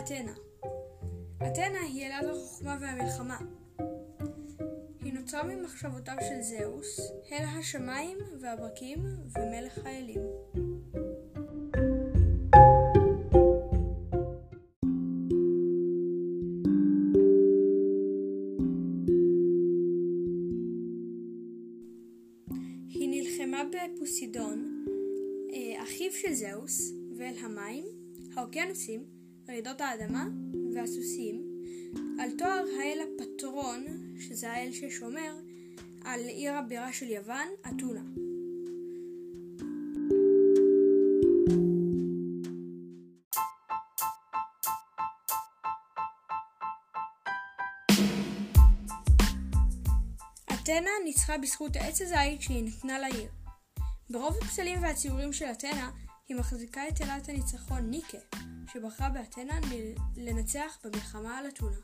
אתנה. אתנה היא אלת החוכמה והמלחמה. היא נוצרה ממחשבותיו של זאוס, אל השמיים והברקים ומלך האלים. היא נלחמה בפוסידון, אחיו של זאוס, ואל המים, האוקיינוסים, רעידות האדמה והסוסים, על תואר האל הפטרון, שזה האל ששומר, על עיר הבירה של יוון, אתונה. אתנה ניצחה בזכות עץ הזית שהיא נתנה לעיר. ברוב הפסלים והציורים של אתנה היא מחזיקה את אלת הניצחון ניקה, שבחרה באתנה לנצח במלחמה על אתונה.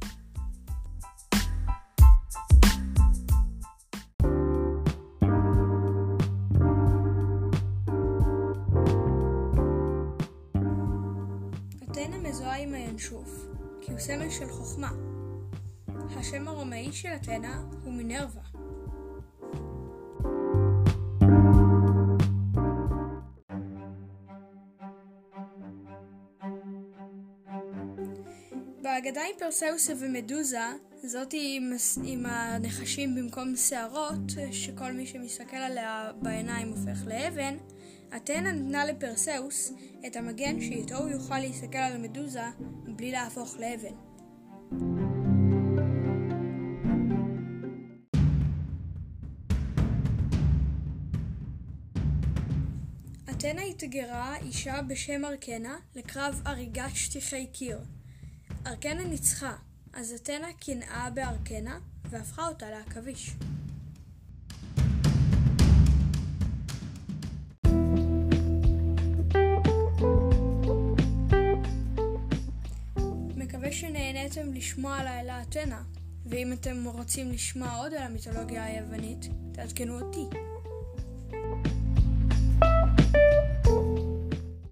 אתנה מזוהה עם הינשוף, כי הוא סמל של חוכמה. השם הרומאי של אתנה הוא מינרווה. בהגדה עם פרסאוס ומדוזה, זאת עם הנחשים במקום שערות, שכל מי שמסתכל עליה בעיניים הופך לאבן, אתנה נתנה לפרסאוס את המגן שאיתו הוא יוכל להסתכל על המדוזה בלי להפוך לאבן. אתנה התגרה אישה בשם ארקנה לקרב הריגת שטיחי קיר. ארקנה ניצחה, אז אתנה קנאה בארקנה והפכה אותה לעכביש. מקווה שנהניתם לשמוע על האלה אתנה, ואם אתם רוצים לשמוע עוד על המיתולוגיה היוונית, תעדכנו אותי.